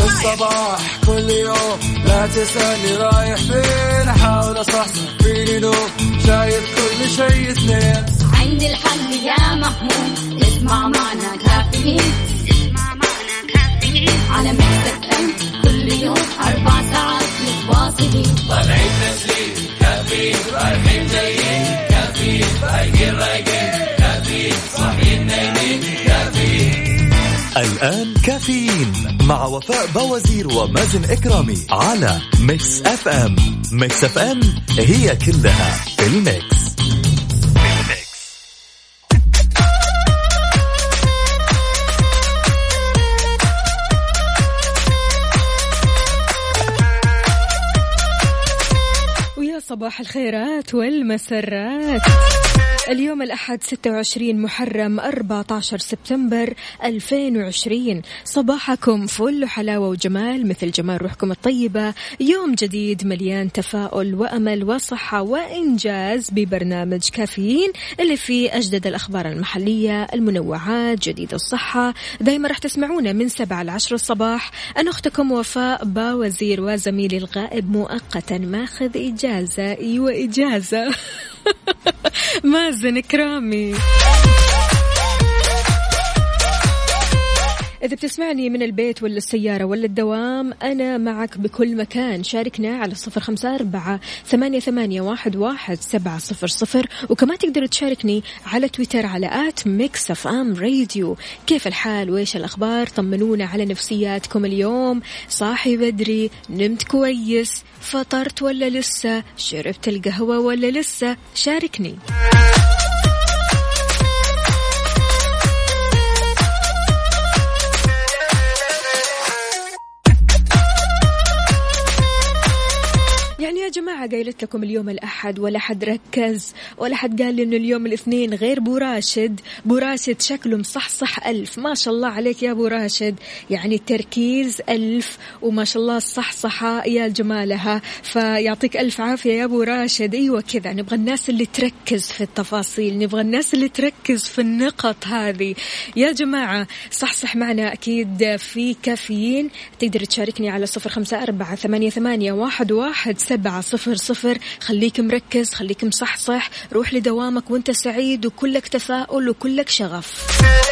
الصباح كل يوم لا تسألني رايح فين، أحاول أصحصح فيني دوم شايف كل شيء اثنين. عندي الحل يا محمود، اسمع معنا كافيين، على ميكس اف ام كل يوم 4 ساعات متواصلين. طالعين تسليم كافيين، رايحين جايين كافيين، رايقين كافيين، صاحيين نايمين كافيين. الآن كافيين مع وفاء بوازير ومازن إكرامي على ميكس اف ام. ميكس اف ام هي كلها في الميكس. ويا صباح الخيرات والمسرات. اليوم الأحد 26 محرم 14 سبتمبر 2020. صباحكم فل حلاوة وجمال مثل جمال روحكم الطيبة. يوم جديد مليان تفاؤل وأمل وصحة وإنجاز ببرنامج كافيين اللي فيه أجدد الأخبار المحلية، المنوعات، جديد الصحة. دايما رح تسمعونا من 7 ل 10 الصباح. أنا أختكم وفاء باوزير، وزميلي الغائب مؤقتا ماخذ إجازة. أيوة إجازة مازن كرامي. إذا بتسمعني من البيت ولا السيارة ولا الدوام، أنا معك بكل مكان. شاركنا على 0548811700، وكمان تقدروا تشاركني على تويتر على @mixfmradio. كيف الحال وإيش الأخبار؟ طمنونا على نفسياتكم اليوم. صاحي بدري؟ نمت كويس؟ فطرت ولا لسه؟ شربت القهوة ولا لسه؟ شاركني. يعني يا جماعة قايلت لكم اليوم الأحد ولا حد ركز ولا حد قال لي إنه اليوم الاثنين، غير بوراشد. بوراشد شكله مصحصح 1000. ما شاء الله عليك يا بوراشد، يعني التركيز 1000 وما شاء الله الصحصحة يا جمالها. فيعطيك ألف عافية يا بوراشد. أيوة كذا نبغى الناس اللي تركز في التفاصيل، نبغى الناس اللي تركز في النقط هذه يا جماعة. صحصح معنا أكيد في كافيين. تقدر تشاركني على 0548811700. خليك مركز، خليك مصحصح، روح لدوامك وانت سعيد وكلك تفاؤل وكلك شغف.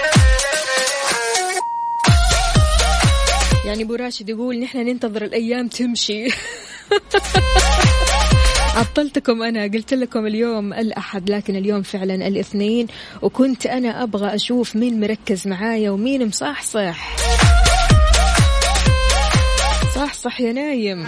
يعني أبو راشد يقول نحن ننتظر الأيام تمشي. عطلتكم، أنا قلت لكم اليوم الأحد لكن اليوم فعلا الاثنين، وكنت أنا أبغى أشوف مين مركز معايا ومين مصحصح. صح يا نايم.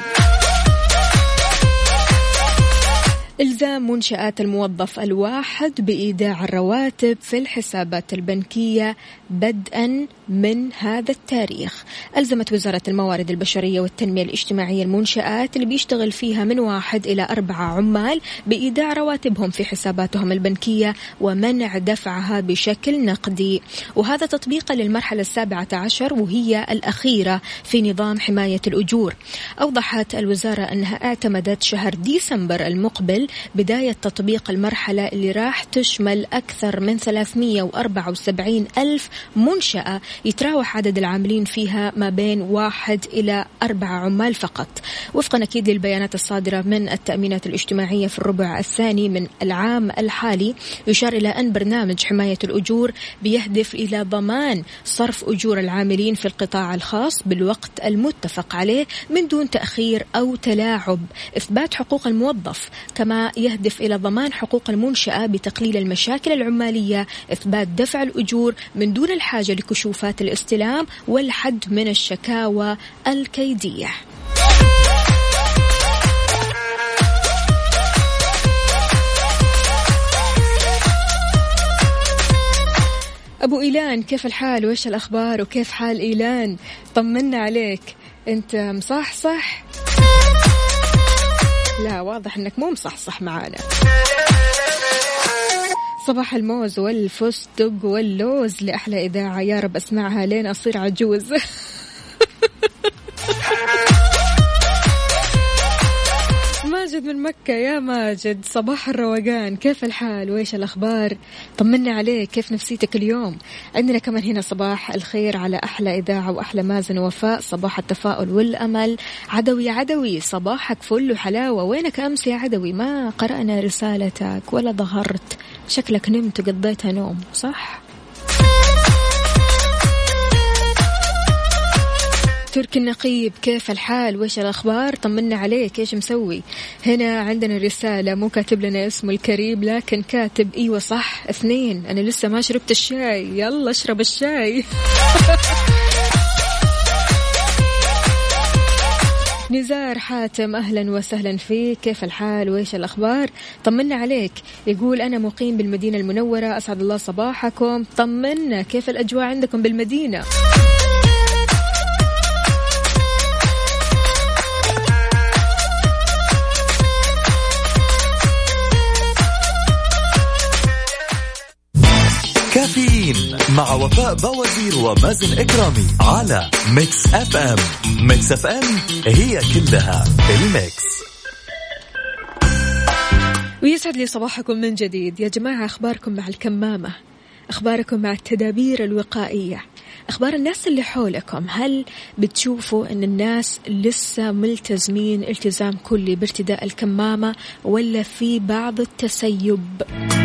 إلزام منشآت الموظف الواحد بإيداع الرواتب في الحسابات البنكية بدءا من هذا التاريخ. ألزمت وزارة الموارد البشرية والتنمية الاجتماعية المنشآت اللي بيشتغل فيها من 1 إلى 4 عمال بإيداع رواتبهم في حساباتهم البنكية ومنع دفعها بشكل نقدي، وهذا تطبيقا للمرحلة 17 وهي الأخيرة في نظام حماية الأجور. أوضحت الوزارة أنها اعتمدت شهر ديسمبر المقبل بداية تطبيق المرحلة اللي راح تشمل أكثر من 374 ألف منشأة يتراوح عدد العاملين فيها ما بين 1 إلى 4 عمال فقط. وفقا أكيد للبيانات الصادرة من التأمينات الاجتماعية في الربع الثاني من العام الحالي، يشار إلى أن برنامج حماية الأجور بيهدف إلى ضمان صرف أجور العاملين في القطاع الخاص بالوقت المتفق عليه من دون تأخير أو تلاعب، إثبات حقوق الموظف، كما يهدف إلى ضمان حقوق المنشأة بتقليل المشاكل العمالية، إثبات دفع الأجور من دون الحاجة لكشوفات الاستلام، والحد من الشكاوى الكيدية. أبو إيلان كيف الحال وإيش الأخبار وكيف حال إيلان؟ طمنا عليك، أنت مصحصح؟ لا واضح أنك مو مصحصح معانا. صباح الموز والفستق واللوز لأحلى إذاعة، يا رب أسمعها لين أصير عجوز. ما ماجد من مكة. يا ماجد صباح الروقان، كيف الحال وإيش الأخبار؟ طمنا عليك، كيف نفسيتك اليوم؟ عندنا كمان هنا صباح الخير على أحلى إذاعة وأحلى مازن ووفاء، صباح التفاؤل والأمل. عدوي عدوي صباحك فل وحلاوة، وينك أمس يا عدوي؟ ما قرأنا رسالتك ولا ظهرت، شكلك نمت وقضيتها نوم صح؟ تركي النقيب كيف الحال وإيش الأخبار؟ طمنا عليك، إيش مسوي؟ هنا عندنا رسالة مو كاتب لنا اسمه الكريم لكن كاتب إيوة صح 2، أنا لسه ما شربت الشاي، يلا اشرب الشاي. نزار حاتم أهلا وسهلا فيك، كيف الحال وإيش الأخبار؟ طمنا عليك. يقول أنا مقيم بالمدينة المنورة، أسعد الله صباحكم، طمنا كيف الأجواء عندكم بالمدينة؟ كافيين مع وفاء بوازير ومازن إكرامي على ميكس اف ام. ميكس اف ام هي كلها الميكس. ويسعد لي صباحكم من جديد يا جماعة. أخباركم مع الكمامة؟ أخباركم مع التدابير الوقائية؟ أخبار الناس اللي حولكم؟ هل بتشوفوا أن الناس لسه ملتزمين التزام كلي بارتداء الكمامة ولا في بعض التسيب؟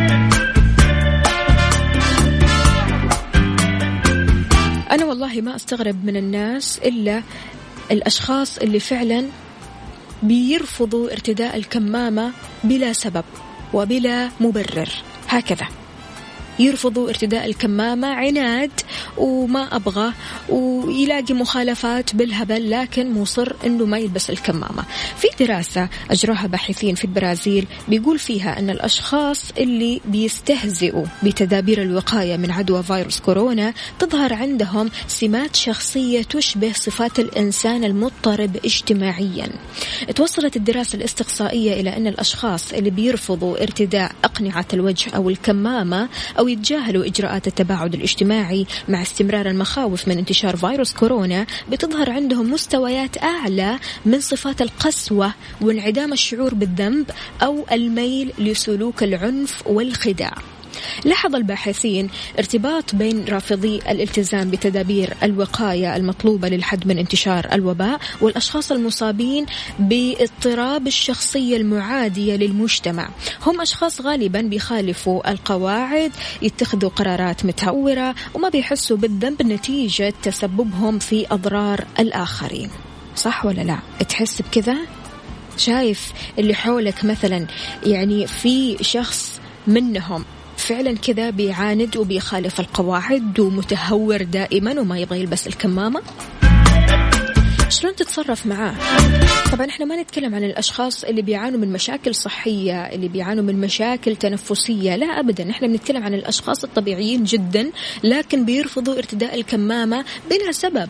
أنا والله ما أستغرب من الناس إلا الأشخاص اللي فعلا بيرفضوا ارتداء الكمامة بلا سبب وبلا مبرر، هكذا يرفضوا ارتداء الكمامة عناد وما أبغى، ويلاقي مخالفات بالهبل لكن مصر أنه ما يلبس الكمامة. في دراسة أجراها باحثين في البرازيل بيقول فيها أن الأشخاص اللي بيستهزئوا بتدابير الوقاية من عدوى فيروس كورونا تظهر عندهم سمات شخصية تشبه صفات الإنسان المضطرب اجتماعيا. توصلت الدراسة الاستقصائية إلى أن الأشخاص اللي بيرفضوا ارتداء أقنعة الوجه أو الكمامة أو يتجاهلوا إجراءات التباعد الاجتماعي مع استمرار المخاوف من انتشار فيروس كورونا بتظهر عندهم مستويات أعلى من صفات القسوة وانعدام الشعور بالذنب أو الميل لسلوك العنف والخداع. لاحظ الباحثين ارتباط بين رافضي الالتزام بتدابير الوقاية المطلوبة للحد من انتشار الوباء والأشخاص المصابين باضطراب الشخصية المعادية للمجتمع. هم أشخاص غالبا بيخالفوا القواعد، يتخذوا قرارات متهورة وما بيحسوا بالذنب نتيجة تسببهم في أضرار الآخرين. صح ولا لا؟ تحس بكذا؟ شايف اللي حولك مثلا يعني في شخص منهم فعلا كذا بيعاند وبيخالف القواعد ومتهور دائما وما يبغى يلبس الكمامة؟ شلون تتصرف معاه؟ طبعا احنا ما نتكلم عن الأشخاص اللي بيعانوا من مشاكل صحية، اللي بيعانوا من مشاكل تنفسية، لا أبدا، احنا بنتكلم عن الأشخاص الطبيعيين جدا لكن بيرفضوا ارتداء الكمامة بلا سبب.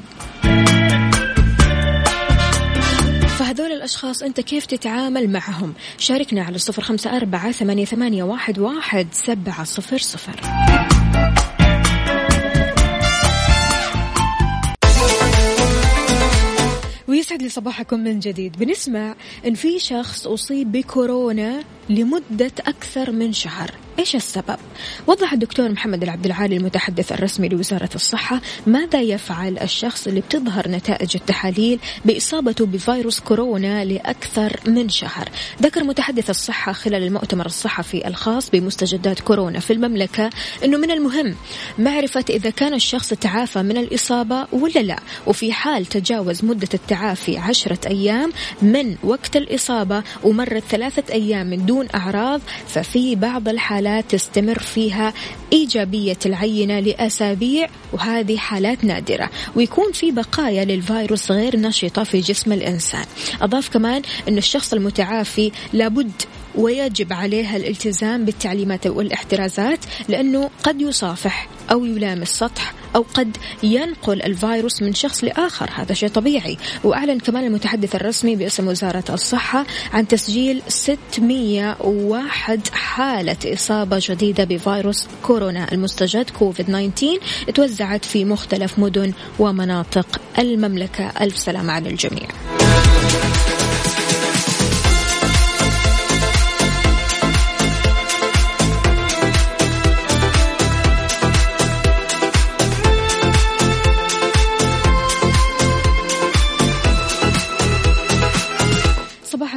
فهذول الأشخاص أنت كيف تتعامل معهم؟ شاركنا على 0548811700. ويسعد لي صباحكم من جديد. بنسمع إن في شخص أصيب بكورونا لمدة أكثر من شهر. إيش السبب؟ وضح الدكتور محمد العبد العالي المتحدث الرسمي لوزارة الصحة ماذا يفعل الشخص اللي بتظهر نتائج التحاليل بإصابته بفيروس كورونا لأكثر من شهر. ذكر متحدث الصحة خلال المؤتمر الصحفي الخاص بمستجدات كورونا في المملكة أنه من المهم معرفة إذا كان الشخص تعافى من الإصابة ولا لا، وفي حال تجاوز مدة التعافي 10 أيام من وقت الإصابة ومرت 3 أيام من دون أعراض ففي بعض الحالات تستمر فيها إيجابية العينة لأسابيع، وهذه حالات نادرة، ويكون في بقايا للفيروس غير نشطة في جسم الإنسان. أضاف كمان أن الشخص المتعافي لابد ويجب عليها الالتزام بالتعليمات والاحترازات لأنه قد يصافح أو يلامس سطح أو قد ينقل الفيروس من شخص لآخر، هذا شيء طبيعي. وأعلن كمان المتحدث الرسمي باسم وزارة الصحة عن تسجيل 601 حالة إصابة جديدة بفيروس كورونا المستجد كوفيد-19 توزعت في مختلف مدن ومناطق المملكة. ألف سلامة على الجميع.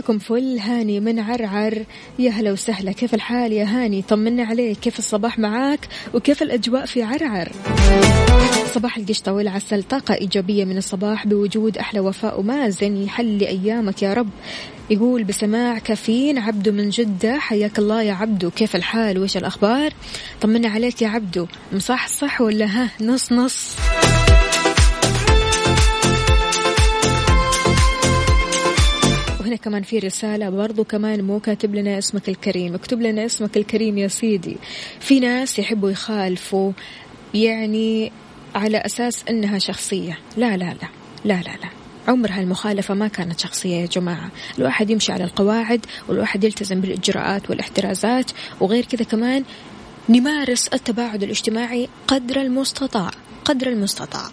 صباحكم فل. هاني من عرعر، يا هلا وسهلا، كيف الحال يا هاني؟ طمنا عليك، كيف الصباح معاك وكيف الأجواء في عرعر؟ صباح القشطة والعسل، طاقة إيجابية من الصباح بوجود أحلى وفاء ومازن، يحلي أيامك يا رب. يقول بسماع كافيين عبدو من جدة، حياك الله يا عبدو، كيف الحال وإيش الأخبار؟ طمنا عليك يا عبدو، مصح ولا ها نص نص؟ وهنا كمان في رسالة برضو كمان مو كاتب لنا اسمك الكريم، اكتب لنا اسمك الكريم يا سيدي. في ناس يحبوا يخالفوا يعني على أساس أنها شخصية، لا لا لا لا لا لا، عمرها المخالفة ما كانت شخصية يا جماعة. الواحد يمشي على القواعد والواحد يلتزم بالإجراءات والاحترازات، وغير كذا كمان نمارس التباعد الاجتماعي قدر المستطاع قدر المستطاع.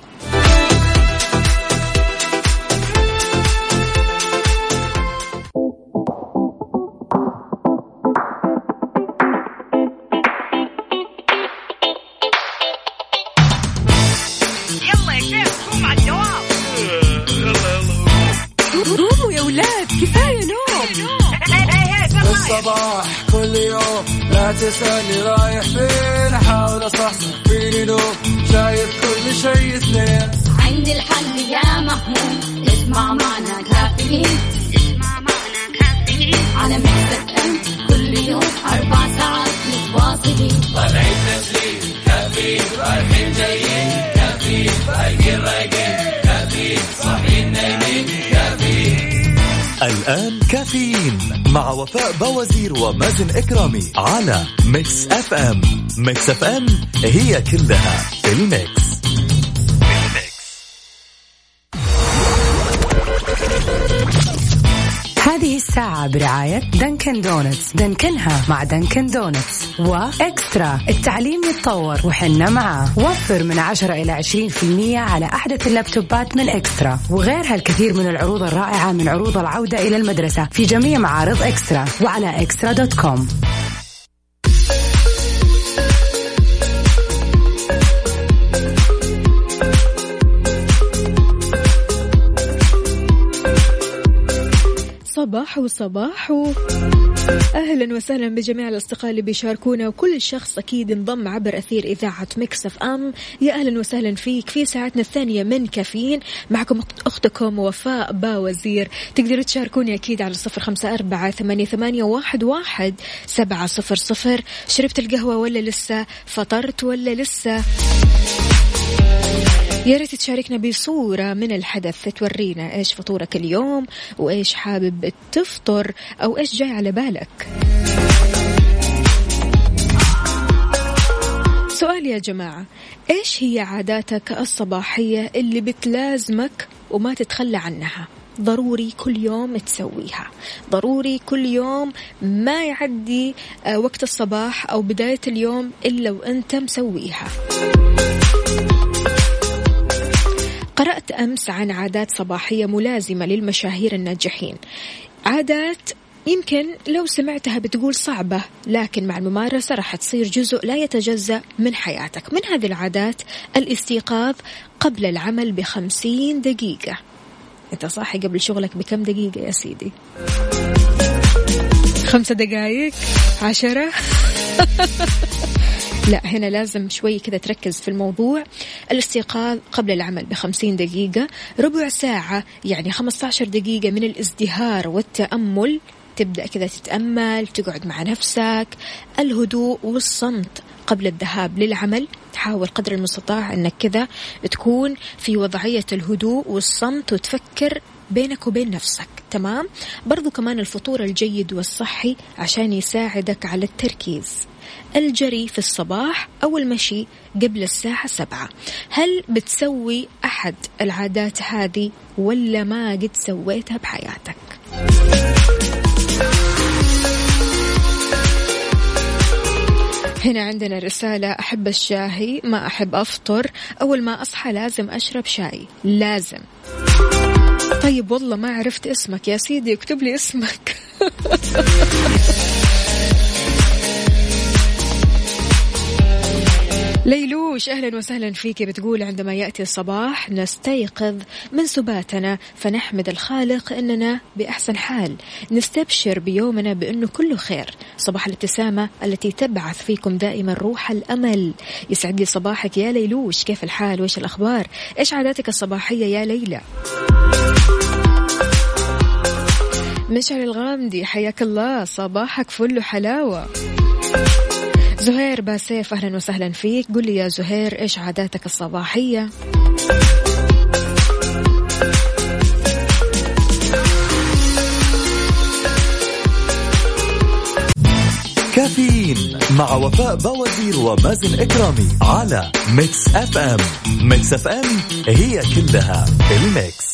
الصباح كل يوم لا تسألني رايح فين، أحاول أصحصح فيني نوم، شايف كل شيء اثنين، عندي الحل يا محمود، اسمع معنا كافيين، اسمع معنا كافيين على ميكس اف ام، كل يوم 4 ساعات متواصلين، طالعين تسليم كافيين، رايحين جايين كافيين، رايقين رايقين كافيين، صاحيين نايمين كافيين. الآن كافيين مع وفاء بوازير ومازن إكرامي على ميكس اف ام. ميكس اف ام هي كلها الميكس. هذه الساعة برعاية دانكن دونتس، دانكنها مع دانكن دونتس، وإكسترا التعليم يتطور وحنا معاه. وفر من 10 إلى 20% على أحدث اللابتوبات من إكسترا، وغيرها الكثير من العروض الرائعة من عروض العودة إلى المدرسة في جميع معارض إكسترا وعلى extra.com. صباح أهلا وسهلا بجميع الأصدقاء اللي بيشاركونا، وكل شخص أكيد انضم عبر أثير إذاعة ميكس اف ام. يا أهلا وسهلا فيك في ساعتنا الثانية من كافيين، معكم أختكم وفاء باوزير. تقدروا تشاركوني أكيد على 0548811700. شربت القهوة ولا لسه؟ فطرت ولا لسه؟ يا ريت تشاركنا بصورة من الحدث، تورينا إيش فطورك اليوم وإيش حابب تفطر أو إيش جاي على بالك. سؤال يا جماعة، إيش هي عاداتك الصباحية اللي بتلازمك وما تتخلى عنها؟ ضروري كل يوم تسويها، ضروري كل يوم ما يعدي وقت الصباح أو بداية اليوم إلا وأنت مسويها. قرأت أمس عن عادات صباحية ملازمة للمشاهير الناجحين، عادات يمكن لو سمعتها بتقول صعبة، لكن مع الممارسة راح تصير جزء لا يتجزأ من حياتك. من هذه العادات الاستيقاظ قبل العمل ب50 دقيقة. أنت صاحي قبل شغلك بكم دقيقة يا سيدي؟ 5 دقائق؟ 10؟ لا، هنا لازم شوي كذا تركز في الموضوع. الاستيقاظ قبل العمل ب50 دقيقة، ربع ساعة يعني 15 دقيقة من الازدهار والتأمل، تبدأ كذا تتأمل، تقعد مع نفسك. الهدوء والصمت قبل الذهاب للعمل، تحاول قدر المستطاع أنك كذا تكون في وضعية الهدوء والصمت وتفكر بينك وبين نفسك. تمام؟ برضو كمان الفطور الجيد والصحي عشان يساعدك على التركيز. الجري في الصباح أو المشي قبل الساعة 7. هل بتسوي أحد العادات هذه ولا ما قد سويتها بحياتك؟ هنا عندنا رسالة، أحب الشاهي ما أحب أفطر، أول ما أصحى لازم أشرب شاي، لازم. طيب والله ما عرفت اسمك يا سيدي، اكتب لي اسمك. ليلوش أهلا وسهلا فيك. بتقول عندما يأتي الصباح نستيقظ من سباتنا فنحمد الخالق أننا بأحسن حال، نستبشر بيومنا بأنه كله خير. صباح الابتسامة التي تبعث فيكم دائما روح الأمل. يسعد لي صباحك يا ليلوش، كيف الحال وإيش الأخبار؟ إيش عاداتك الصباحية يا ليلى؟ مشعل الغامدي حياك الله، صباحك فل حلاوة. زهير باسيف أهلا وسهلا فيك. قل لي يا زهير إيش عاداتك الصباحية؟ كافيين مع وفاء بوازير ومازن إكرامي على ميكس اف ام. ميكس اف ام هي كلها الميكس.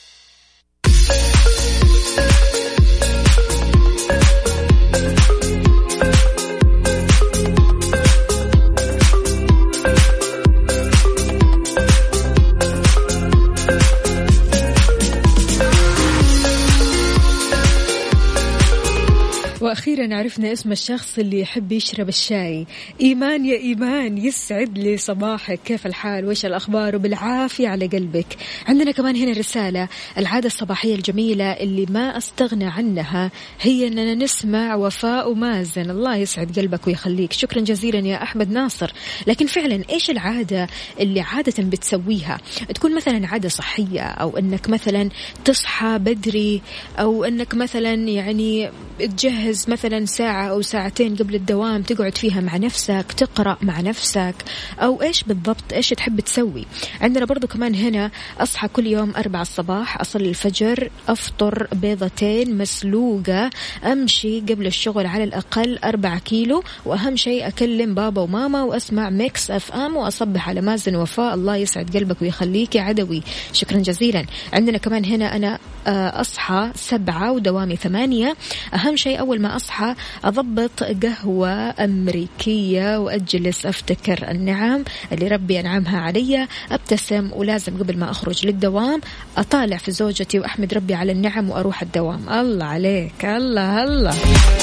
وأخيرا عرفنا اسم الشخص اللي يحب يشرب الشاي. إيمان يا إيمان، يسعد لي صباحك، كيف الحال وإيش الأخبار؟ وبالعافية على قلبك. عندنا كمان هنا رسالة، العادة الصباحية الجميلة اللي ما أستغنى عنها هي أننا نسمع وفاء ومازن. الله يسعد قلبك ويخليك، شكرا جزيلا يا أحمد ناصر. لكن فعلا إيش العادة اللي عادة بتسويها؟ تكون مثلا عادة صحية، أو أنك مثلا تصحى بدري، أو أنك مثلا يعني تجهز مثلا ساعة أو ساعتين قبل الدوام تقعد فيها مع نفسك، تقرأ مع نفسك، أو إيش بالضبط إيش تحب تسوي؟ عندنا برضو كمان هنا أصحى كل يوم 4 الصباح، أصلي الفجر، أفطر بيضتين مسلوقة، أمشي قبل الشغل على الأقل 4 كيلو، وأهم شيء أكلم بابا وماما وأسمع ميكس اف ام، وأصبح على مازن وفاء. الله يسعد قلبك ويخليك يا عدوي، شكرا جزيلا. عندنا كمان هنا أنا أصحى 7 ودوامي 8. أهم شيء أول ما أصحى أضبط قهوة أمريكية وأجلس أفتكر النعم اللي ربي أنعمها علي، أبتسم، ولازم قبل ما أخرج للدوام أطالع في زوجتي وأحمد ربي على النعم وأروح الدوام. الله عليك، الله الله.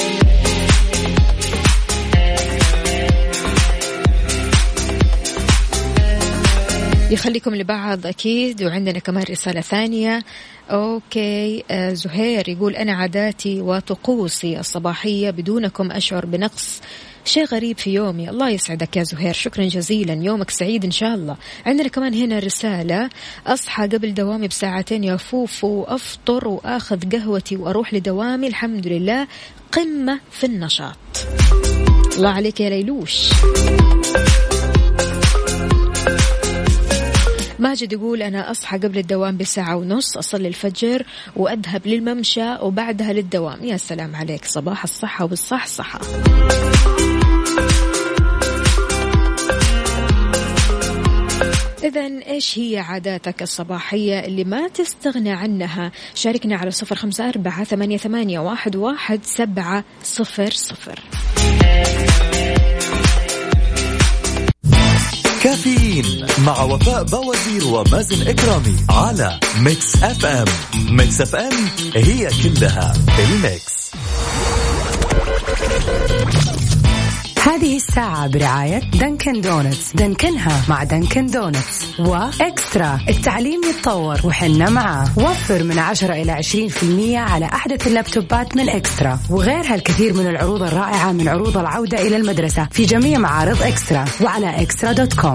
يخليكم لبعض أكيد. وعندنا كمان رسالة ثانية. أوكي، زهير يقول أنا عاداتي وطقوسي الصباحية بدونكم أشعر بنقص شيء غريب في يومي. الله يسعدك يا زهير، شكرا جزيلا، يومك سعيد إن شاء الله. عندنا كمان هنا رسالة، أصحى قبل دوامي بساعتين يا فوفو، وأفطر وأخذ قهوتي وأروح لدوامي، الحمد لله قمة في النشاط. الله عليك يا ليلوش. ماجد يقول أنا أصحى قبل الدوام بساعة ونص، أصلي الفجر وأذهب للممشى وبعدها للدوام. يا سلام عليك، صباح الصحة والصحصحة. إذن إيش هي عاداتك الصباحية اللي ما تستغنى عنها؟ شاركنا على 0548811700. كافيين مع وفاء بوازير ومازن إكرامي على ميكس اف ام. ميكس اف ام هي كلها الميكس. هذه الساعة برعاية دانكن دونتس، دانكنها مع دانكن دونتس، وإكسترا التعليم يتطور وحنا معاه. وفر من 10 إلى 20% على أحدث اللابتوبات من إكسترا، وغيرها الكثير من العروض الرائعة من عروض العودة إلى المدرسة في جميع معارض إكسترا وعلى extra.com.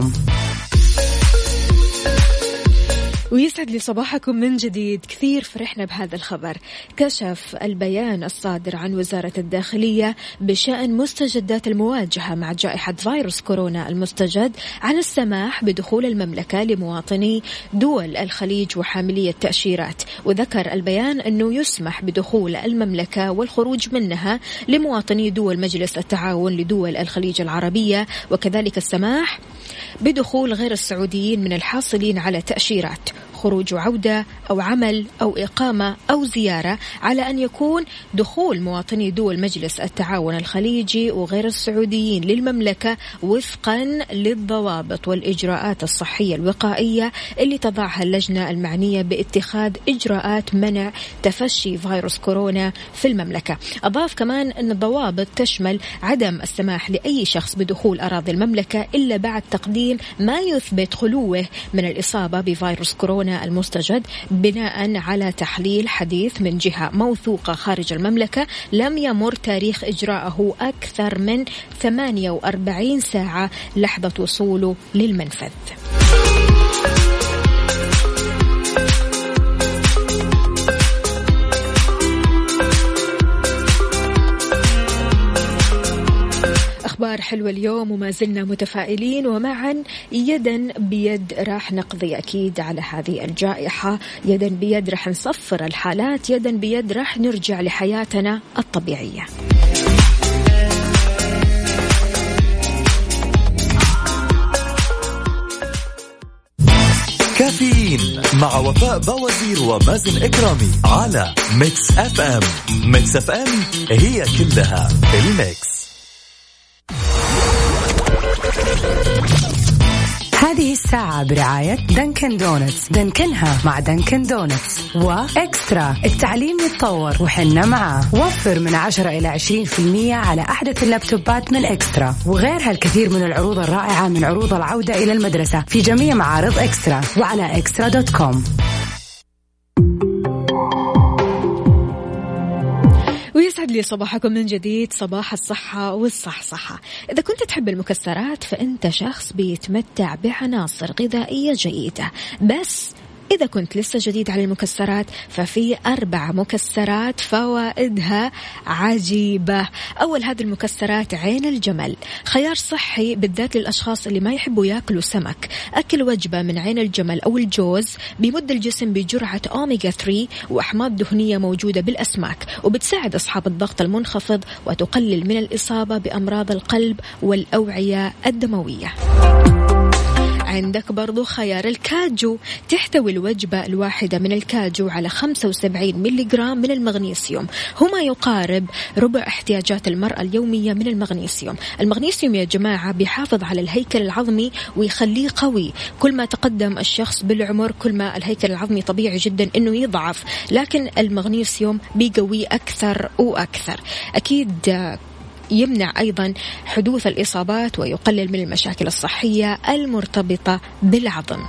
ويسعد لي صباحكم من جديد. كثير فرحنا بهذا الخبر. كشف البيان الصادر عن وزارة الداخلية بشأن مستجدات المواجهة مع جائحة فيروس كورونا المستجد عن السماح بدخول المملكة لمواطني دول الخليج وحاملي التأشيرات. وذكر البيان أنه يسمح بدخول المملكة والخروج منها لمواطني دول مجلس التعاون لدول الخليج العربية، وكذلك السماح بدخول غير السعوديين من الحاصلين على تأشيرات، خروج وعودة أو عمل أو إقامة أو زيارة، على أن يكون دخول مواطني دول مجلس التعاون الخليجي وغير السعوديين للمملكة وفقا للضوابط والإجراءات الصحية الوقائية اللي تضعها اللجنة المعنية باتخاذ إجراءات منع تفشي فيروس كورونا في المملكة. أضاف كمان أن الضوابط تشمل عدم السماح لأي شخص بدخول أراضي المملكة إلا بعد تقديم ما يثبت خلوه من الإصابة بفيروس كورونا المستجد بناء على تحليل حديث من جهة موثوقة خارج المملكة لم يمر تاريخ إجراءه أكثر من 48 ساعة لحظة وصوله للمنفذ. أخبار حلوة اليوم وما زلنا متفائلين، ومعا يدا بيد راح نقضي أكيد على هذه الجائحة، يدا بيد راح نصفر الحالات، يدا بيد راح نرجع لحياتنا الطبيعية. كافيين مع وفاء بوازير ومازن إكرامي على ميكس اف ام. ميكس اف ام هي كلها الميكس. هذه الساعة برعاية دانكن دونتس، دانكنها مع دانكن دونتس، وإكسترا التعليم يتطور وحنا معاه. وفر من 10 إلى 20% على أحدث اللابتوبات من إكسترا، وغيرها الكثير من العروض الرائعة من عروض العودة إلى المدرسة في جميع معارض إكسترا وعلى extra.com. ويسعد لي صباحكم من جديد، صباح الصحة والصحصحة. إذا كنت تحب المكسرات فأنت شخص بيتمتع بعناصر غذائية جيدة، بس إذا كنت لسه جديد على المكسرات ففي 4 مكسرات فوائدها عجيبة. أول هذه المكسرات عين الجمل، خيار صحي بالذات للأشخاص اللي ما يحبوا يأكلوا سمك. أكل وجبة من عين الجمل أو الجوز بيمد الجسم بجرعة أوميغا 3 وأحماض دهنية موجودة بالأسماك، وبتساعد أصحاب الضغط المنخفض وتقلل من الإصابة بأمراض القلب والأوعية الدموية. عندك برضو خيار الكاجو، تحتوي الوجبة الواحدة من الكاجو على 75 ملغرام من المغنيسيوم، هما يقارب ربع احتياجات المرأة اليومية من المغنيسيوم. المغنيسيوم يا جماعة بيحافظ على الهيكل العظمي ويخليه قوي. كل ما تقدم الشخص بالعمر كل ما الهيكل العظمي طبيعي جدا انه يضعف، لكن المغنيسيوم بيقويه أكثر وأكثر. أكيد يمنع أيضا حدوث الإصابات ويقلل من المشاكل الصحية المرتبطة بالعظم.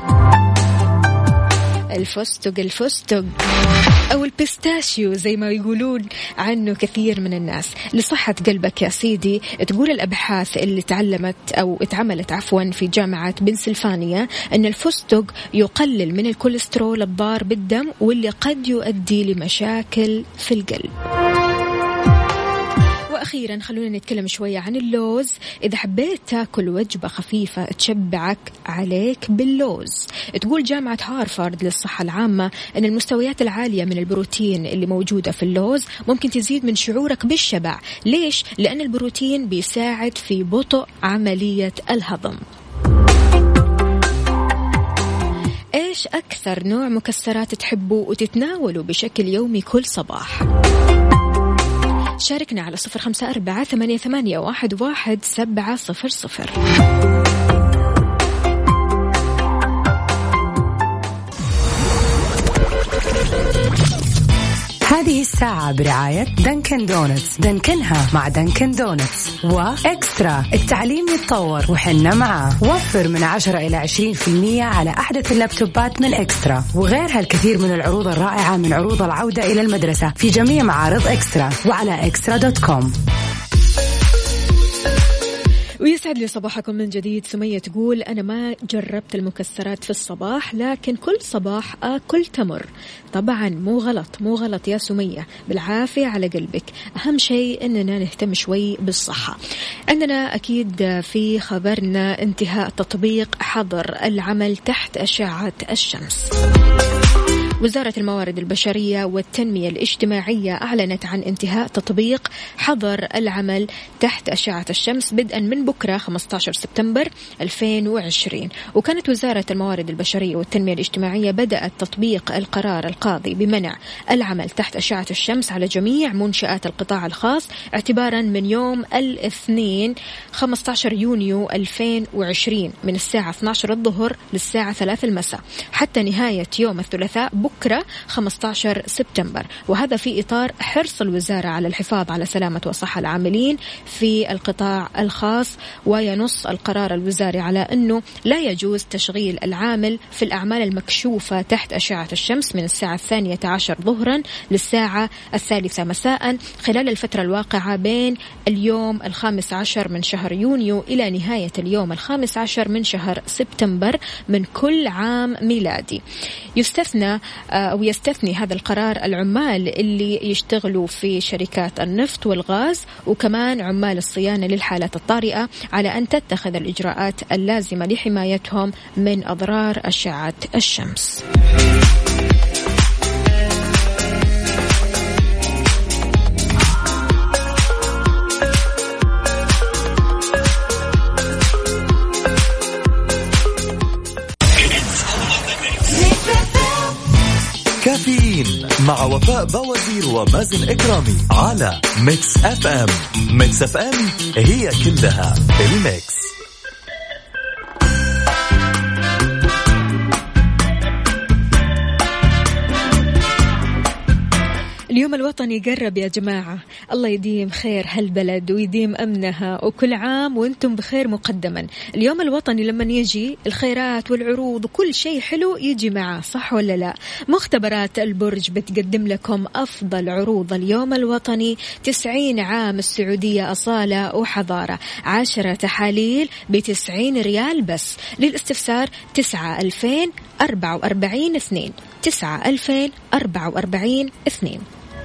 الفستق أو البيستاشيو زي ما يقولون عنه كثير من الناس، لصحة قلبك يا سيدي. تقول الأبحاث اللي اتعملت في جامعة بنسلفانيا أن الفستق يقلل من الكوليسترول الضار بالدم واللي قد يؤدي لمشاكل في القلب. وأخيرا خلونا نتكلم شوية عن اللوز. إذا حبيت تاكل وجبة خفيفة تشبعك عليك باللوز. تقول جامعة هارفارد للصحة العامة أن المستويات العالية من البروتين اللي موجودة في اللوز ممكن تزيد من شعورك بالشبع. ليش؟ لأن البروتين بيساعد في بطء عملية الهضم. إيش أكثر نوع مكسرات تحبه وتتناوله بشكل يومي كل صباح؟ شاركنا على 0548811700. هذه الساعة برعاية دانكن دونتس، دانكنها مع دانكن دونتس، وإكسترا التعليم يتطور وحنا معاه. وفر من 10 إلى 20% على أحدث اللابتوبات من إكسترا وغيرها الكثير من العروض الرائعة من عروض العودة إلى المدرسة في جميع معارض إكسترا وعلى extra.com. ويسعد لي صباحكم من جديد. سمية تقول أنا ما جربت المكسرات في الصباح لكن كل صباح آكل تمر. طبعا مو غلط يا سمية، بالعافية على قلبك. أهم شيء أننا نهتم شوي بالصحة. عندنا أكيد في خبرنا انتهاء تطبيق حظر العمل تحت أشعة الشمس. وزارة الموارد البشرية والتنمية الاجتماعية أعلنت عن انتهاء تطبيق حظر العمل تحت أشعة الشمس بدءا من بكرة 15 سبتمبر 2020. وكانت وزارة الموارد البشرية والتنمية الاجتماعية بدأت تطبيق القرار القاضي بمنع العمل تحت أشعة الشمس على جميع منشآت القطاع الخاص اعتبارا من يوم الاثنين 15 يونيو 2020 من الساعة 12 الظهر للساعة 3 المساء حتى نهاية يوم الثلاثاء بكرة 15 سبتمبر. وهذا في إطار حرص الوزارة على الحفاظ على سلامة وصحة العاملين في القطاع الخاص. وينص القرار الوزاري على أنه لا يجوز تشغيل العامل في الأعمال المكشوفة تحت أشعة الشمس من الساعة 12 ظهرا للساعة 3 مساء خلال الفترة الواقعة بين اليوم 15 من شهر يونيو إلى نهاية اليوم 15 من شهر سبتمبر من كل عام ميلادي. يستثني هذا القرار العمال اللي يشتغلوا في شركات النفط والغاز وكمان عمال الصيانة للحالات الطارئة على أن تتخذ الإجراءات اللازمة لحمايتهم من أضرار أشعة الشمس. كافيين مع وفاء بوازير ومازن إكرامي على ميكس اف ام. ميكس اف ام هي كلها الميكس. اليوم الوطني قرب يا جماعة، الله يديم خير هالبلد ويديم أمنها وكل عام وانتم بخير مقدما. اليوم الوطني لما يجي الخيرات والعروض وكل شيء حلو يجي معاه، صح ولا لا؟ مختبرات البرج بتقدم لكم أفضل عروض اليوم الوطني، 90 عام السعودية أصالة وحضارة، 10 تحاليل ب90 ريال بس. للاستفسار 9,2044 9,2044.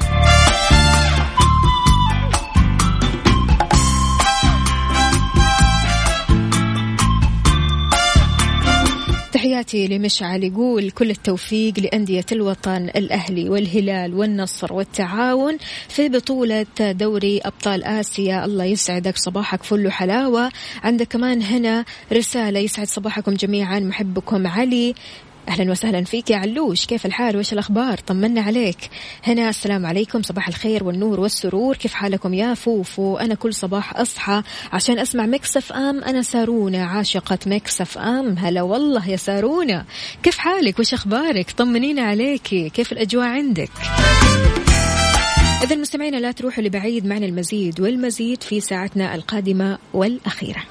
تحياتي لمشعل، يقول كل التوفيق لأندية الوطن الأهلي والهلال والنصر والتعاون في بطولة دوري أبطال آسيا. الله يسعدك، صباحك فل حلاوة. عندك كمان هنا رسالة، يسعد صباحكم جميعا، محبكم علي. أهلا وسهلا فيك يا علوش، كيف الحال وإيش الأخبار؟ طمنا عليك. هنا السلام عليكم، صباح الخير والنور والسرور، كيف حالكم يا فوفو؟ أنا كل صباح أصحى عشان أسمع ميكس اف ام. أنا سارونا عاشقة ميكس اف ام. هلا والله يا سارونا، كيف حالك وإيش أخبارك؟ طمنينا عليكي، كيف الأجواء عندك؟ إذا المستمعين لا تروحوا لبعيد، معنا المزيد والمزيد في ساعتنا القادمة والأخيرة.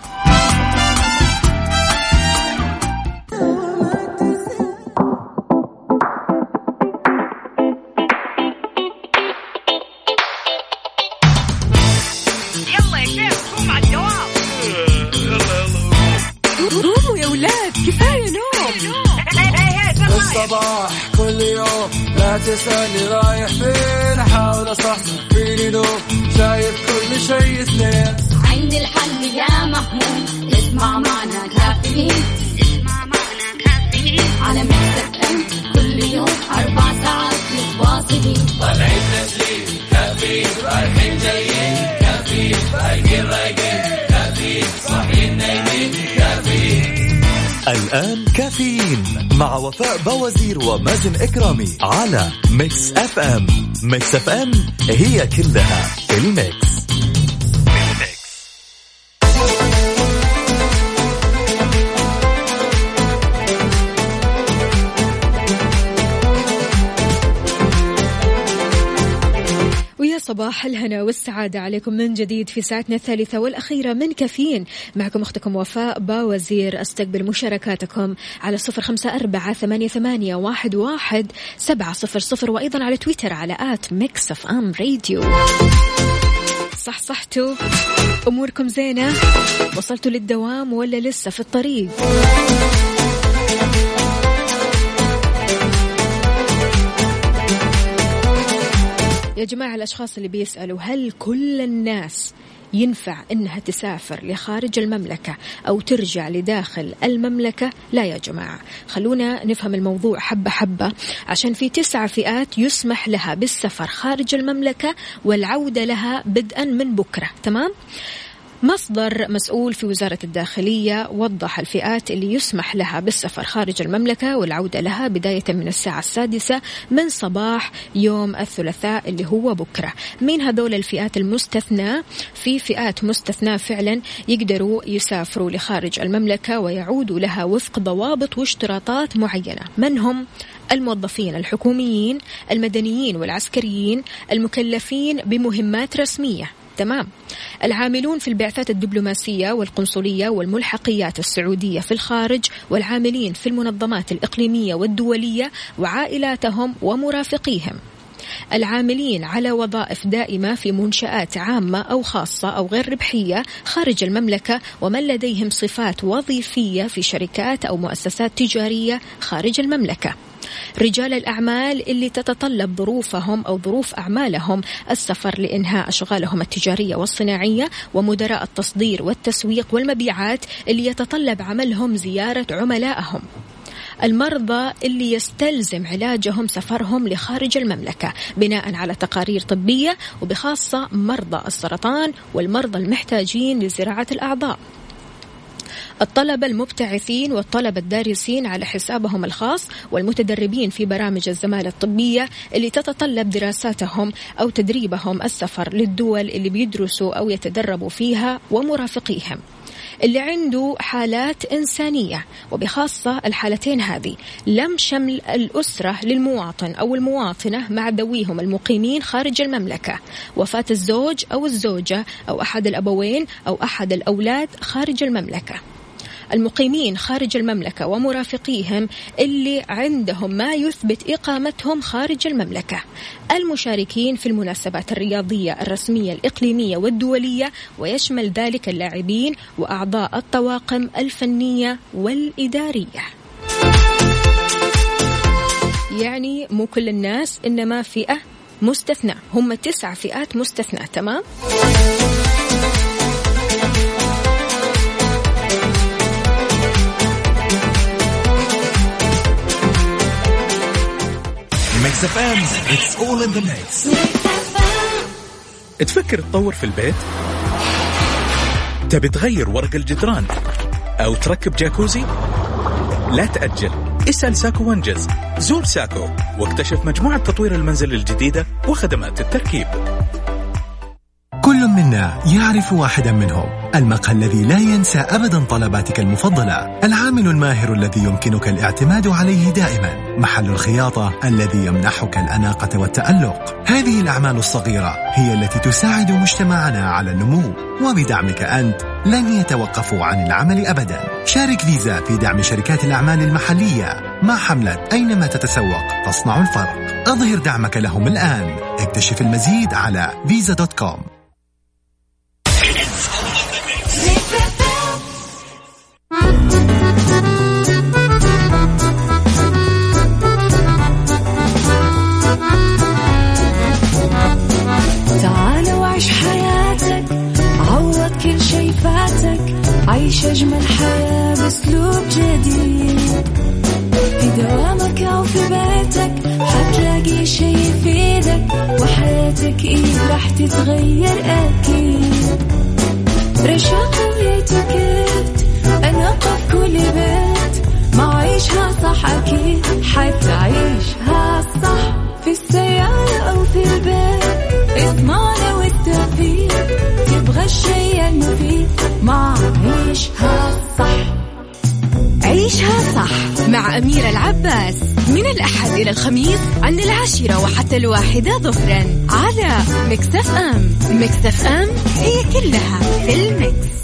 الصباح كل يوم لا تسألني رايح فين، أحاول أصحصح فيني نوم، شايف كل شيء سنين. عندي الحل يا محمود، اسمع معنا كافيين، اسمع معنا كافيين على ميكس اف ام كل يوم 4 ساعات متواصلين. طالعين تسليم كافيين، رايحين جايين كافيين، رايقين رايقين كافيين، صاحيين نايمين كافيين. الآن كافيين مع وفاء بوازير ومازن إكرامي على ميكس اف ام. ميكس اف ام هي كلها الميكس. صباح الهنا والسعادة عليكم من جديد في ساعتنا الثالثة والأخيرة من كافيين. معكم أختكم وفاء باوزير، أستقبل مشاركاتكم على 0548811700 وأيضا على تويتر على @mixfmradio. صحتوا؟ أموركم زينة؟ وصلتوا للدوام ولا لسه في الطريق؟ يا جماعة الأشخاص اللي بيسألوا هل كل الناس ينفع أنها تسافر لخارج المملكة أو ترجع لداخل المملكة؟ لا يا جماعة، خلونا نفهم الموضوع حبة حبة، عشان في 9 فئات يسمح لها بالسفر خارج المملكة والعودة لها بدءا من بكرة. تمام؟ مصدر مسؤول في وزارة الداخلية وضح الفئات اللي يسمح لها بالسفر خارج المملكة والعودة لها بداية من الساعة 6 من صباح يوم الثلاثاء اللي هو بكرة. من هذول الفئات المستثنى؟ في فئات مستثنى فعلا يقدروا يسافروا لخارج المملكة ويعودوا لها وفق ضوابط واشتراطات معينة. من هم؟ الموظفين الحكوميين، المدنيين والعسكريين، المكلفين بمهمات رسمية. تمام. العاملون في البعثات الدبلوماسية والقنصلية والملحقيات السعودية في الخارج، والعاملين في المنظمات الإقليمية والدولية وعائلاتهم ومرافقيهم. العاملين على وظائف دائمة في منشآت عامة أو خاصة أو غير ربحية خارج المملكة، ومن لديهم صفات وظيفية في شركات أو مؤسسات تجارية خارج المملكة. رجال الأعمال اللي تتطلب ظروفهم أو ظروف أعمالهم السفر لإنهاء أشغالهم التجارية والصناعية، ومدراء التصدير والتسويق والمبيعات اللي يتطلب عملهم زيارة عملائهم. المرضى اللي يستلزم علاجهم سفرهم لخارج المملكة بناء على تقارير طبية، وبخاصة مرضى السرطان والمرضى المحتاجين لزراعة الأعضاء. الطلبة المبتعثين والطلبة الدارسين على حسابهم الخاص والمتدربين في برامج الزمالة الطبية اللي تتطلب دراساتهم أو تدريبهم السفر للدول اللي بيدرسوا أو يتدربوا فيها ومرافقيهم. اللي عنده حالات إنسانية، وبخاصة الحالتين هذه لم شمل الأسرة للمواطن أو المواطنة مع ذويهم المقيمين خارج المملكة، وفاة الزوج أو الزوجة أو أحد الأبوين أو أحد الأولاد خارج المملكة. المقيمين خارج المملكة ومرافقيهم اللي عندهم ما يثبت إقامتهم خارج المملكة. المشاركين في المناسبات الرياضية الرسمية الإقليمية والدولية، ويشمل ذلك اللاعبين وأعضاء الطواقم الفنية والإدارية. يعني مو كل الناس، إنما فئة مستثنى، هم 9 فئات مستثنى. تمام؟ ميكس اف ام it's all in the mix. تفكر تطور في البيت؟ تبي تغير ورق الجدران أو تركب جاكوزي؟ لا تأجل، اسأل ساكو وانجز. زور ساكو واكتشف مجموعة تطوير المنزل الجديدة وخدمات التركيب. كل منا يعرف واحدا منهم، المقهى الذي لا ينسى أبدا طلباتك المفضلة، العامل الماهر الذي يمكنك الاعتماد عليه دائما، محل الخياطة الذي يمنحك الأناقة والتألق. هذه الأعمال الصغيرة هي التي تساعد مجتمعنا على النمو، وبدعمك أنت لن يتوقفوا عن العمل أبدا. شارك فيزا في دعم شركات الأعمال المحلية مع حملة أينما تتسوق تصنع الفرق. أظهر دعمك لهم الآن، اكتشف المزيد على visa.com. تعال وعيش حياتك، عوض كل شي فاتك، عيش أجمل حياة بأسلوب جديد. في دوامك أو في بيتك حتلاقي شي يفيدك، وحياتك إيه راح تتغير أكيد. رشاق ويتوكيت أنا قف كل بيت، ما عيشها صح أكيد حتعيشها صح. في السيارة أو في البيت اسمعنا والتوفيق، تبغى الشيء المفيد ما عيشها صح. عيشها صح مع أميرة العباس، من الأحد إلى الخميس عند 10 وحتى 1 ظهرا على ميكس اف ام. ميكس اف ام هي كلها في الميكس.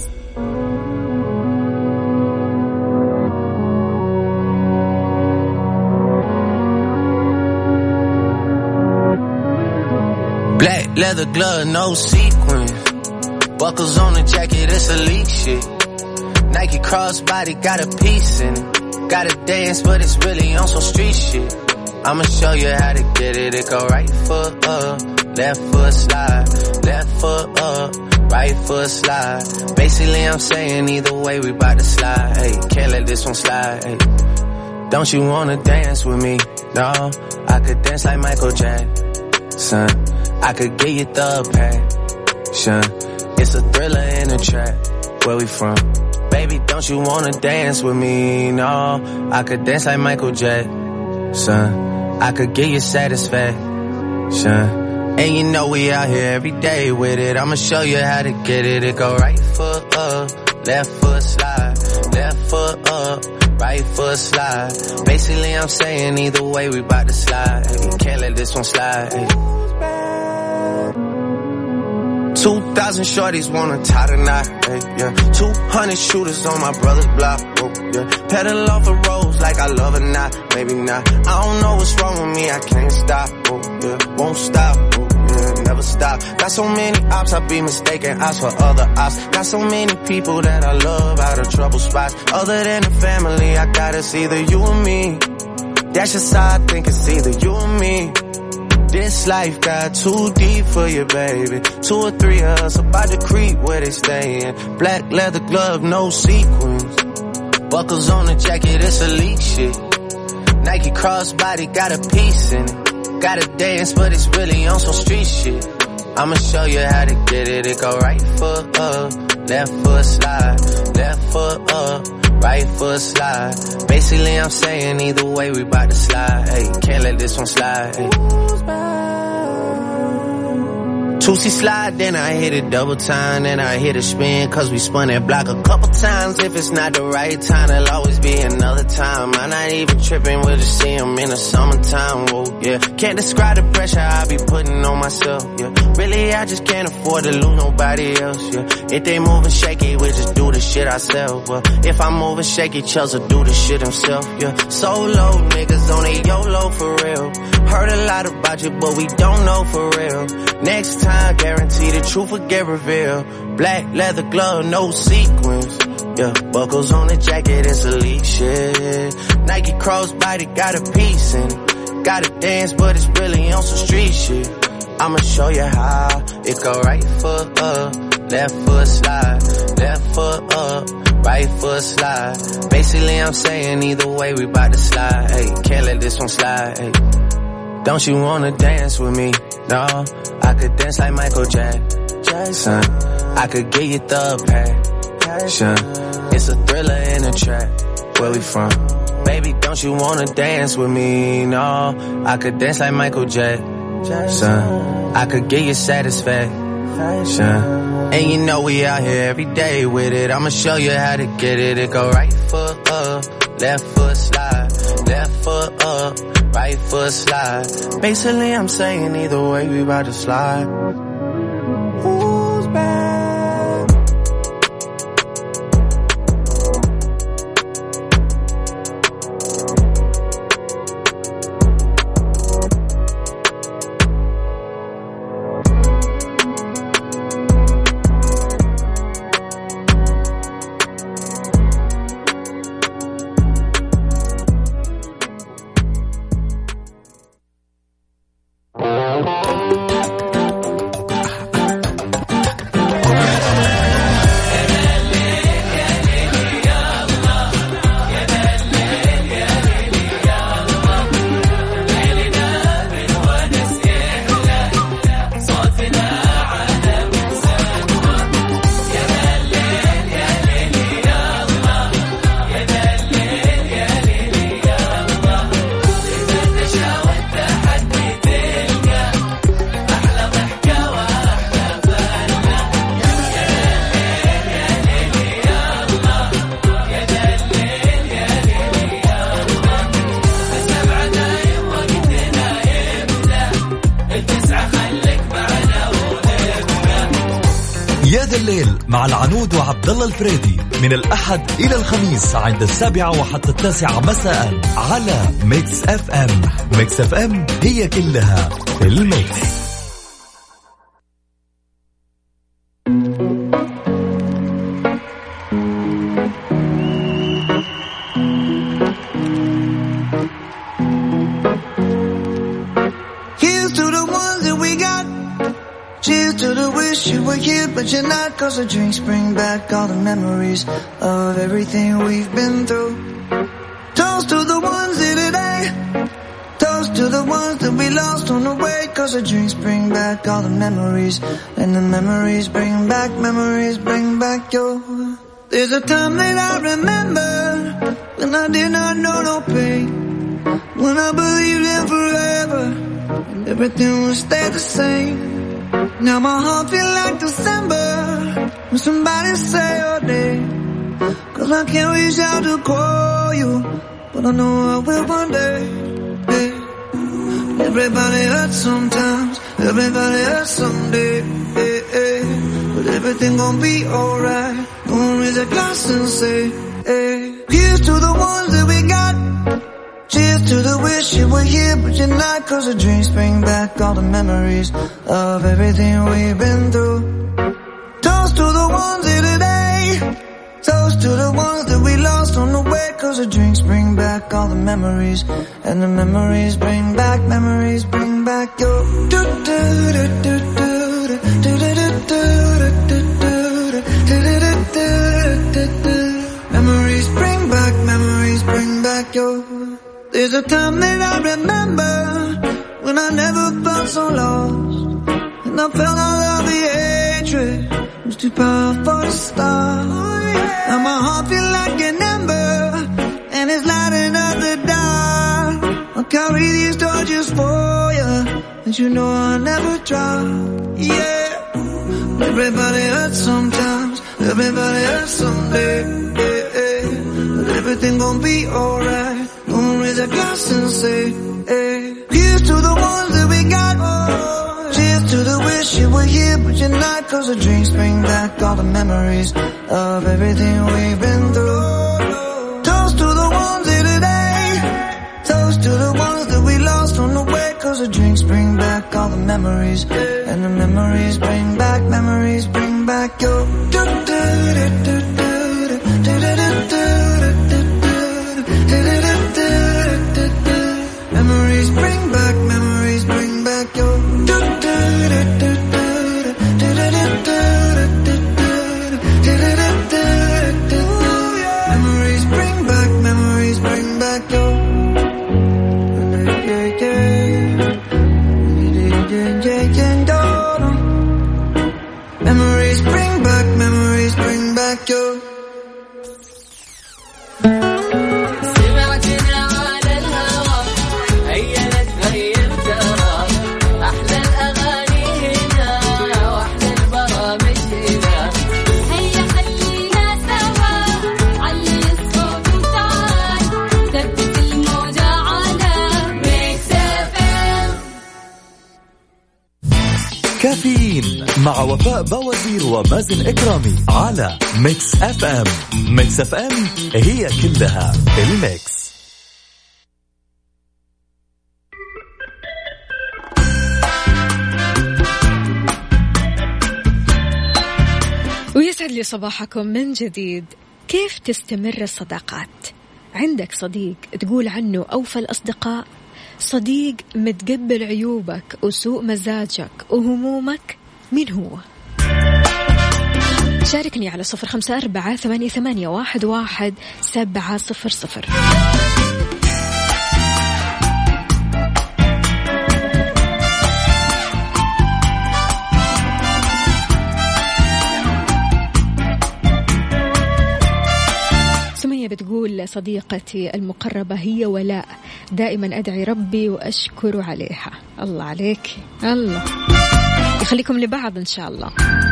Black leather glove, no sequins. Buckles on the jacket, it's elite shit. Nike crossbody got a piece in it. Gotta dance, but it's really on some street shit. I'ma show you how to get it. It go right foot up, left foot slide, left foot up, right foot slide. Basically I'm saying either way we bout to slide. Hey, can't let this one slide. Hey. Don't you wanna dance with me? No, I could dance like Michael Jackson. I could get you the passion. It's a thriller in a trap. Where we from? Baby, don't you wanna dance with me? No, I could dance like Michael Jackson. I could get you satisfaction. And you know we out here every day with it. I'ma show you how to get it. It go right foot up, left foot slide. Left foot up, right foot slide. Basically I'm saying either way we bout to slide. Hey, can't let this one slide. Hey. 2,000 shorties wanna tie the knot, hey, yeah. 200 shooters on my brother's block, oh, yeah. Pedal off the roads like I love it, not, maybe not. I don't know what's wrong with me, I can't stop, oh, yeah. Won't stop, oh, yeah, never stop. Got so many ops, I be mistaken ops for other ops. Got so many people that I love out of trouble spots. Other than the family, I got it's either you or me. That's just how I think it's either you or me. This life got too deep for you, baby. 2 or 3 of us about to creep where they stayin'. Black leather glove, no sequins. Buckles on the jacket, it's elite shit. Nike crossbody got a piece in it. Gotta dance, but it's really on some street shit. I'ma show you how to get it. It go right foot up, left foot slide. Left foot up, right foot slide. Basically I'm saying either way we bout to slide. Hey, can't let this one slide. Hey. 2C slide, then I hit it double time, then I hit a spin, cause we spun that block a couple times. If it's not the right time, there'll always be another time. I'm not even tripping, we'll just see them in the summertime, whoa, yeah. Can't describe the pressure I be putting on myself, yeah. Really, I just can't afford to lose nobody else, yeah. If they moving shaky, we just do the shit ourselves, well. If I'm moving shaky, Chubbs will do the shit himself, yeah. Solo niggas on a YOLO for real. Heard a lot about you, but we don't know for real. Next time, guarantee the truth will get revealed. Black leather glove, no sequins. Yeah, buckles on the jacket, it's elite shit. Nike crossbody got a piece in it. Gotta dance, but it's really on some street shit. I'ma show you how. It go right foot up, left foot slide. Left foot up, right foot slide. Basically I'm saying either way we bout to slide. Hey, can't let this one slide. Hey. Don't you wanna dance with me? No, I could dance like Michael Jackson. I could get you the passion. It's a thriller in a trap. Where we from? Baby, don't you wanna dance with me? No, I could dance like Michael Jackson. I could get you satisfaction. And you know we out here every day with it. I'ma show you how to get it. It go right foot up, left foot slide. Left foot up, right foot slide. Basically I'm saying either way we about to slide. Who's back? مع العنود وعبد الله الفريدي من الأحد إلى الخميس عند 7 وحتى 9 مساء على ميكس اف ام. ميكس اف ام هي كلها الميكس. Here's to the ones that we got. Cheers to the wish you were here but you're not, 'cause the drinks bring back all the memories of everything we've been through. Toast to the ones here today, toast to the ones that we lost on the way, 'cause the drinks bring back all the memories, and the memories bring back your. There's a time that I remember when I did not know no pain, when I believed in forever and everything would stay the same. Now my heart feels like December when somebody say your name, 'cause I can't reach out to call you, but I know I will one day. Hey. Everybody hurts sometimes, everybody hurts someday. Hey, hey. But everything gon' be alright. Gonna raise a glass and say, hey. Here's to the ones that we got. Cheers to the wish you were here but you're not, 'cause the drinks bring back all the memories of everything we've been through. Toast to the ones here today, toast to the ones that we lost on the way, 'cause the drinks bring back all the memories, and the memories bring back your. Memories bring back your. There's a time that I remember when I never felt so lost, and I felt all of the hatred was too powerful to stop. Now my heart feels like an ember and it's lighting up the dark. I'll carry these torches for you, and you know I'll never drop. Yeah, everybody hurts sometimes, everybody hurts someday. Yeah, yeah. But everything gon' be alright. Gonna raise a glass and say, hey. Here's to the ones that we got. Cheers to the wish you were here but you're not, 'cause the drinks bring back all the memories of everything we've been through. Toast to the ones here today, toast to the ones that we lost on the way, 'cause the drinks bring back all the memories, and the memories bring back your. Memories bring back your. كافيين مع وفاء بوازير ومازن إكرامي على ميكس اف ام. ميكس اف ام هي كلها الميكس. ويسعد لي صباحكم من جديد. كيف تستمر الصداقات؟ عندك صديق تقول عنه أوفى الأصدقاء، صديق متقبل عيوبك وسوء مزاجك وهمومك، مين هو؟ شاركني على 0548811700. بتقول صديقتي المقربة هي ولاء، دائما أدعي ربي وأشكر عليها. الله عليك، الله يخليكم لبعض إن شاء الله.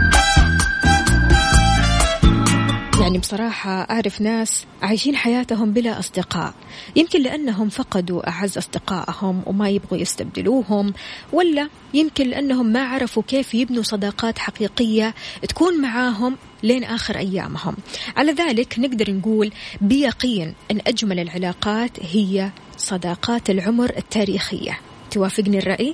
يعني بصراحة أعرف ناس عايشين حياتهم بلا أصدقاء، يمكن لأنهم فقدوا أعز أصدقائهم وما يبغوا يستبدلوهم، ولا يمكن لأنهم ما عرفوا كيف يبنوا صداقات حقيقية تكون معاهم لين آخر أيامهم. على ذلك نقدر نقول بيقين أن أجمل العلاقات هي صداقات العمر التاريخية. توافقني الرأي؟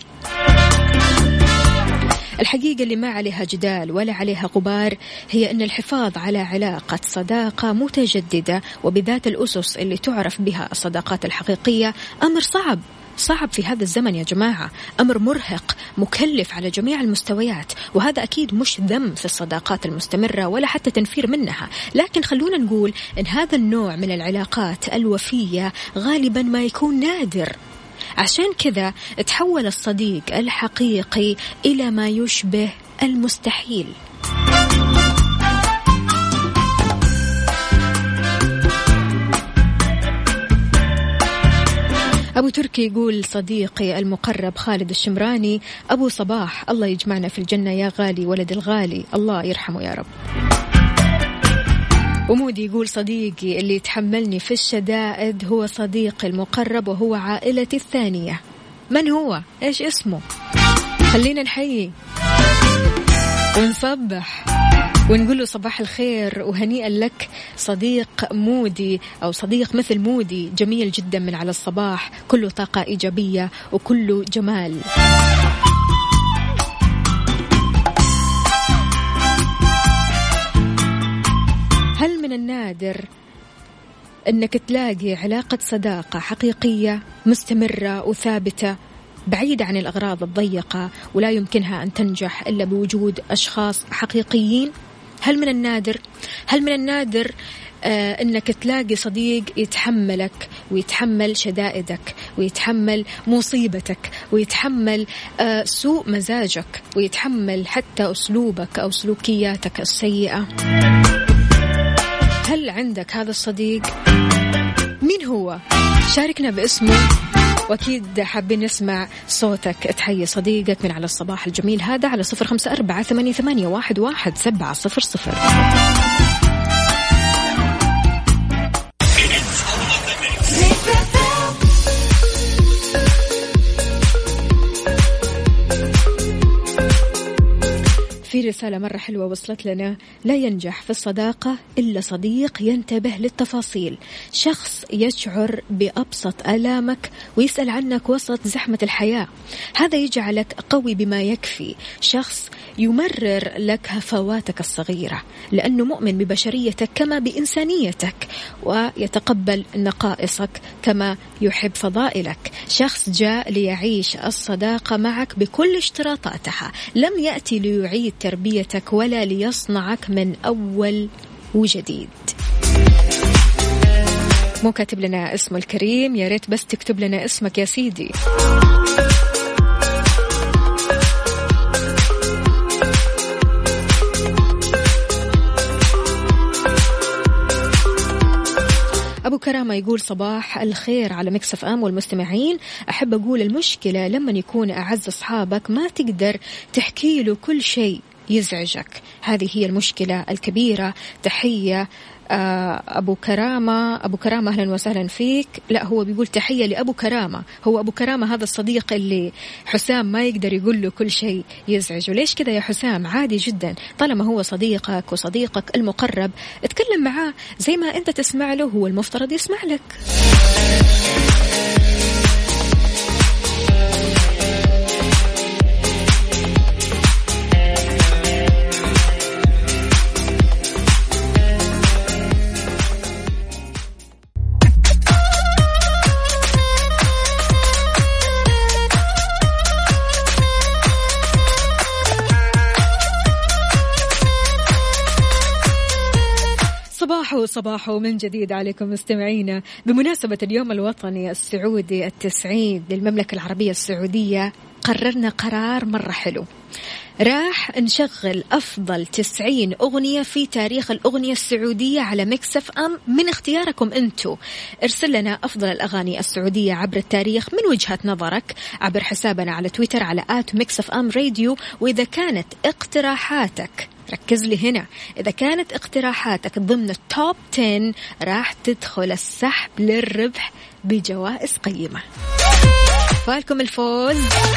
الحقيقة اللي ما عليها جدال ولا عليها غبار هي أن الحفاظ على علاقة صداقة متجددة وبذات الأسس اللي تعرف بها الصداقات الحقيقية أمر صعب صعب في هذا الزمن يا جماعة، أمر مرهق مكلف على جميع المستويات، وهذا أكيد مش ذم في الصداقات المستمرة ولا حتى تنفير منها، لكن خلونا نقول إن هذا النوع من العلاقات الوفية غالبا ما يكون نادر. عشان كذا تحول الصديق الحقيقي إلى ما يشبه المستحيل. أبو تركي يقول صديقي المقرب خالد الشمراني أبو صباح، الله يجمعنا في الجنة يا غالي ولد الغالي، الله يرحمه يا رب. ومودي يقول صديقي اللي يتحملني في الشدائد هو صديقي المقرب وهو عائلتي الثانية. من هو؟ إيش اسمه؟ خلينا نحيي ونصبح ونقول له صباح الخير وهنيئا لك صديق مودي أو صديق مثل مودي، جميل جدا من على الصباح، كله طاقة إيجابية وكله جمال. هل من النادر أنك تلاقي علاقة صداقة حقيقية مستمرة وثابتة بعيدة عن الأغراض الضيقة ولا يمكنها أن تنجح إلا بوجود أشخاص حقيقيين؟ هل من النادر أنك تلاقي صديق يتحملك ويتحمل شدائدك ويتحمل مصيبتك ويتحمل سوء مزاجك ويتحمل حتى أسلوبك أو سلوكياتك السيئة؟ هل عندك هذا الصديق؟ مين هو؟ شاركنا باسمه، وأكيد حابين نسمع صوتك. تحيي صديقك من على الصباح الجميل هذا على 0548811700. في رسالة مرة حلوة وصلت لنا: لا ينجح في الصداقة إلا صديق ينتبه للتفاصيل، شخص يشعر بأبسط آلامك ويسأل عنك وسط زحمة الحياة، هذا يجعلك قوي بما يكفي، شخص يمرر لك هفواتك الصغيرة لأنه مؤمن ببشريتك كما بإنسانيتك ويتقبل نقائصك كما يحب فضائلك، شخص جاء ليعيش الصداقة معك بكل اشتراطاتها، لم يأتي ليعيد تربيتك ولا ليصنعك من أول وجديد. مو كاتب لنا اسمه الكريم، يا ريت بس تكتب لنا اسمك يا سيدي. أبو كرامة يقول صباح الخير على ميكس اف ام والمستمعين، أحب أقول المشكلة لما يكون أعز أصحابك ما تقدر تحكي له كل شيء يزعجك، هذه هي المشكلة الكبيرة. تحية أبو كرامة. أبو كرامة أهلا وسهلا فيك. لا، هو بيقول تحية لأبو كرامة، هو أبو كرامة هذا الصديق اللي حسام ما يقدر يقول له كل شيء يزعجه. ليش كذا يا حسام؟ عادي جدا، طالما هو صديقك وصديقك المقرب اتكلم معاه زي ما أنت تسمع له، هو المفترض يسمع لك. صباحو من جديد عليكم مستمعينا. بمناسبة اليوم الوطني السعودي 90 للمملكة العربية السعودية، قررنا قرار مرة حلو، راح نشغل أفضل 90 أغنية في تاريخ الأغنية السعودية على ميكس اف ام من اختياركم أنتو. ارسل لنا أفضل الأغاني السعودية عبر التاريخ من وجهة نظرك عبر حسابنا على تويتر على @mixfmradio. وإذا كانت اقتراحاتك، ركز لي هنا، إذا كانت اقتراحاتك ضمن التوب 10 راح تدخل السحب للربح بجوائز قيمة. فالكم الفوز.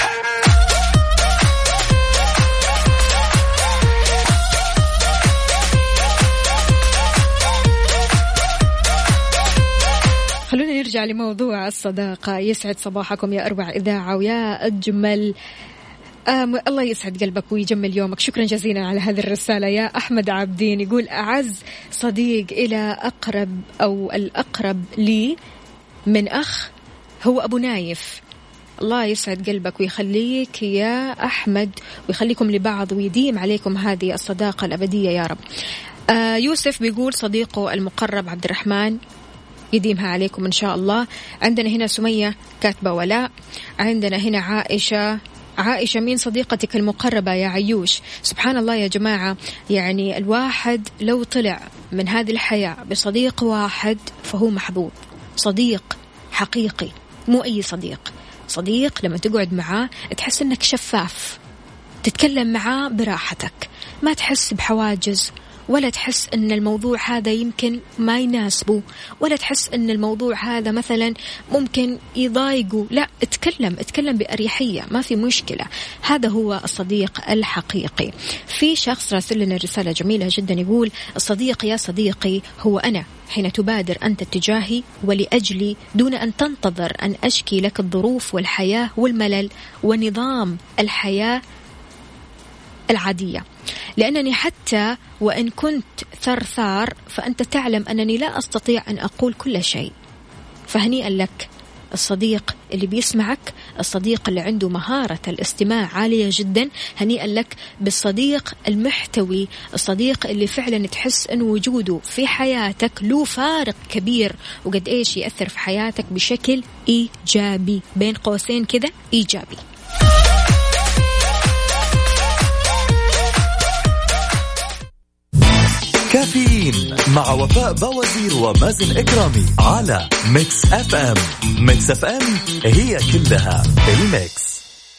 خلونا نرجع لموضوع الصداقة. يسعد صباحكم يا أروع إذاعة ويا أجمل الله يسعد قلبك ويجمل يومك. شكرا جزيلا على هذه الرسالة يا أحمد عابدين. يقول أعز صديق إلى أقرب أو الأقرب لي من أخ هو أبو نايف، الله يسعد قلبك ويخليك يا أحمد ويخليكم لبعض ويديم عليكم هذه الصداقة الأبدية يا رب. يوسف بيقول صديقه المقرب عبد الرحمن يديمها عليكم إن شاء الله. عندنا هنا سمية كاتبة ولاء. عندنا هنا عائشة مين صديقتك المقربة يا عيوش؟ سبحان الله يا جماعة، يعني الواحد لو طلع من هذه الحياة بصديق واحد فهو محظوظ. صديق حقيقي، مو أي صديق لما تقعد معاه تحس إنك شفاف، تتكلم معاه براحتك، ما تحس بحواجز، ولا تحس أن الموضوع هذا يمكن ما يناسبه، ولا تحس أن الموضوع هذا مثلا ممكن يضايقه. لا، اتكلم بأريحية، ما في مشكلة. هذا هو الصديق الحقيقي. في شخص راسل لنا رسالة جميلة جدا يقول: الصديق يا صديقي هو أنا حين تبادر أنت اتجاهي ولأجلي دون أن تنتظر أن أشكي لك الظروف والحياة والملل ونظام الحياة العادية، لأنني حتى وإن كنت ثرثار فأنت تعلم أنني لا أستطيع أن أقول كل شيء. فهنيئا لك الصديق اللي بيسمعك، الصديق اللي عنده مهارة الاستماع عالية جدا. هنيئا لك بالصديق المحتوي، الصديق اللي فعلا تحس أن وجوده في حياتك له فارق كبير، وقد إيش يأثر في حياتك بشكل إيجابي، بين قوسين كذا إيجابي. كافيين مع وفاء بوازير ومازن إكرامي على ميكس اف ام. ميكس اف ام هي كلها الميكس.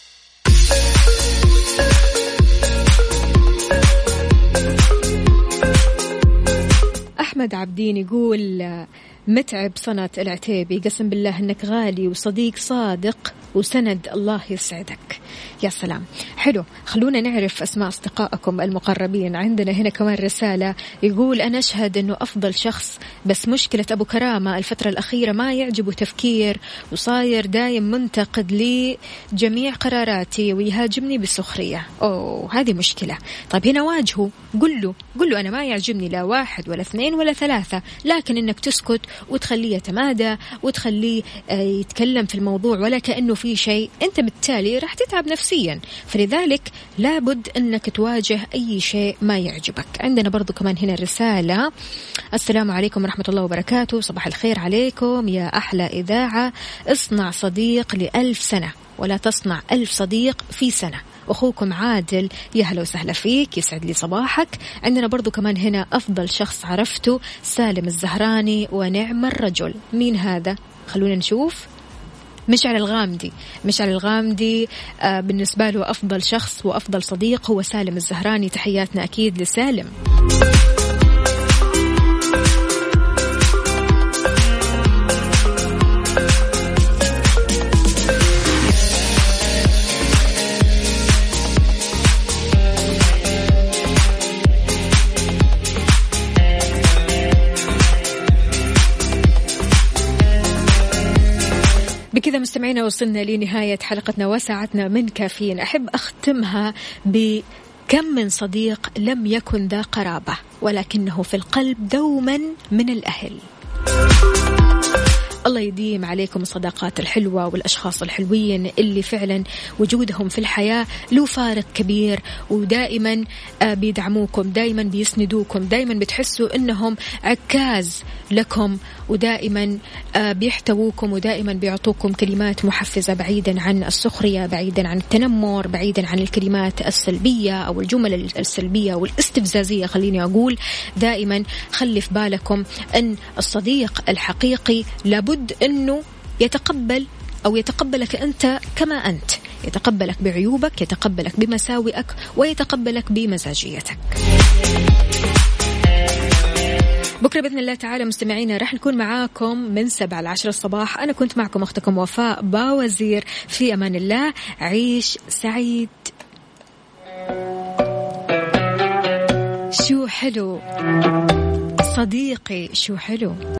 أحمد عبدين يقول: متعب صنة العتيبي، قسم بالله إنك غالي وصديق صادق وسند، الله يسعدك. يا سلام، حلو. خلونا نعرف أسماء أصدقائكم المقربين. عندنا هنا كمان رسالة يقول: أنا أشهد أنه أفضل شخص، بس مشكلة أبو كرامة الفترة الأخيرة ما يعجبه تفكير وصاير دايم منتقد لي جميع قراراتي ويهاجمني بالسخرية. هذه مشكلة. طيب هنا واجهه، قل له أنا ما يعجبني لا 1 ولا 2 ولا 3، لكن إنك تسكت وتخليه يتمادى وتخليه يتكلم في الموضوع ولا كأنه في شيء، أنت بالتالي راح تتعب نفسيا. فلذلك لابد أنك تواجه أي شيء ما يعجبك. عندنا برضو كمان هنا رسالة: السلام عليكم ورحمة الله وبركاته، صباح الخير عليكم يا أحلى إذاعة. اصنع صديق ل1000 سنة ولا تصنع 1000 صديق في سنة. أخوكم عادل، يا هلا وسهلا فيك، يسعد لي صباحك. عندنا برضو كمان هنا أفضل شخص عرفته سالم الزهراني، ونعم الرجل. مين هذا؟ خلونا نشوف. مشعل الغامدي بالنسبة له أفضل شخص وأفضل صديق هو سالم الزهراني. تحياتنا أكيد لسالم. بكذا مستمعينا وصلنا لنهاية حلقتنا وساعتنا من كافيين. أحب أختمها بكم من صديق لم يكن ذا قرابة ولكنه في القلب دوما من الأهل. الله يديم عليكم الصداقات الحلوة والأشخاص الحلوين اللي فعلا وجودهم في الحياة له فارق كبير، ودائما بيدعموكم، دائما بيسندوكم، دائما بتحسوا إنهم عكاز لكم، ودائما بيحتووكم، ودائما بيعطوكم كلمات محفزة بعيدا عن السخرية، بعيدا عن التنمر، بعيدا عن الكلمات السلبية أو الجمل السلبية والاستفزازية. خليني أقول دائما خلي في بالكم أن الصديق الحقيقي لابد أنه يتقبل أو يتقبلك أنت كما أنت، يتقبلك بعيوبك، يتقبلك بمساوئك، ويتقبلك بمزاجيتك. بكرة بإذن الله تعالى مستمعينا راح نكون معاكم من 7 ل 10 الصباح. أنا كنت معكم أختكم وفاء باوزير، في أمان الله، عيش سعيد. شو حلو صديقي، شو حلو.